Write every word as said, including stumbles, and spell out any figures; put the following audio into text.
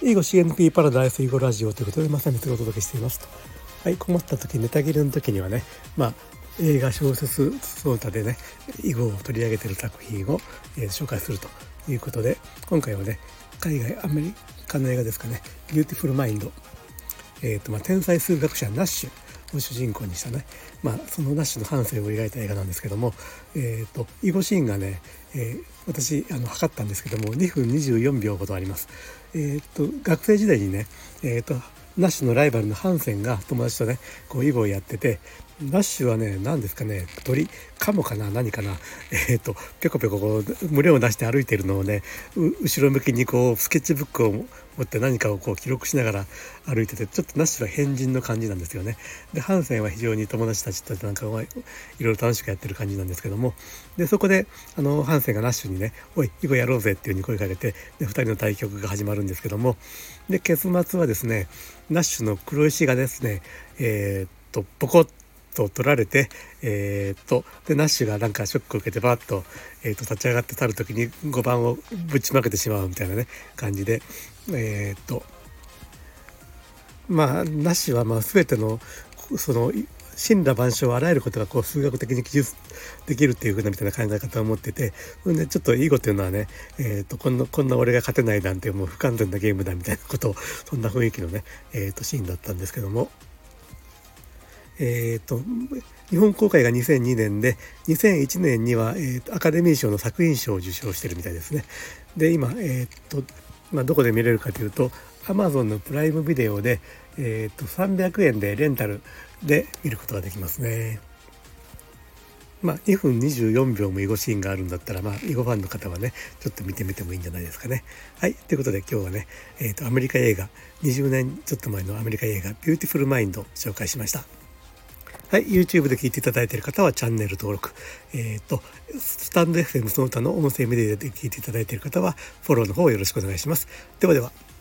囲碁 シーエヌピー パラダイス囲碁ラジオということでまさにお届けしていますと。はい、困った時、ネタ切れの時にはね、まあ映画小説その他でね囲碁を取り上げている作品を、えー、紹介するということで、今回はね海外アメリカの映画ですかね、ビューティフルマインド、えーとまあ、天才数学者ナッシュを主人公にしたね、まあ、そのナッシュの半生を描いた映画なんですけども、えーと囲碁シーンがね、えー、私あの測ったんですけどもにふんにじゅうよんびょうほどあります。えーと学生時代にね、えーとナッシュのライバルのハンセンが友達とねこう囲碁をやってて、ナッシュはね何ですかね、鳥カモかな何かな、えーとぴょこぴょここう群れを出して歩いてるのをね後ろ向きにこうスケッチブックを持って何かをこう記録しながら歩いてて、ちょっとナッシュは変人の感じなんですよね。でハンセンは非常に友達たちとなんかいろいろ楽しくやってる感じなんですけども、でそこであのハンセンがナッシュにねおい囲碁やろうぜっていう風に声かけて、でふたりの対局が始まるんですけども、で結末はですねナッシュの黒石がですねえー、っとポコッと取られて、えー、っとでナッシュがなんかショックを受けてバッと、えー、っと立ち上がって去る時にごばんをぶちまけてしまうみたいなね感じで、えー、っとまあナッシュはまあ全てのその森羅万象あらゆることがこう数学的に記述できるっていう風なみたいな考え方を持ってて、それでちょっと囲碁っていうのはね、えー、とこんなこんな俺が勝てないなんてもう不完全なゲームだみたいなことを、そんな雰囲気のね、えー、とシーンだったんですけども、えー、と日本公開がにせんにねんでにせんいちねんには、えー、とアカデミー賞の作品賞を受賞してるみたいですね。で今、えーとまあ、どこで見れるかというと Amazon のプライムビデオで、えー、とさんびゃくえんでレンタルで見ることができますね。まあにふんにじゅうよんびょうも囲碁シーンがあるんだったら、まあ囲碁ファンの方はねちょっと見てみてもいいんじゃないですかね。はい、ということで今日はね、えー、とアメリカ映画にじゅうねんちょっと前のアメリカ映画ビューティフルマインドを紹介しました。はい、YouTube で聞いていただいている方はチャンネル登録、えー、とスタンド エフエム その他の音声メディアで聞いていただいている方はフォローの方よろしくお願いします。ではでは。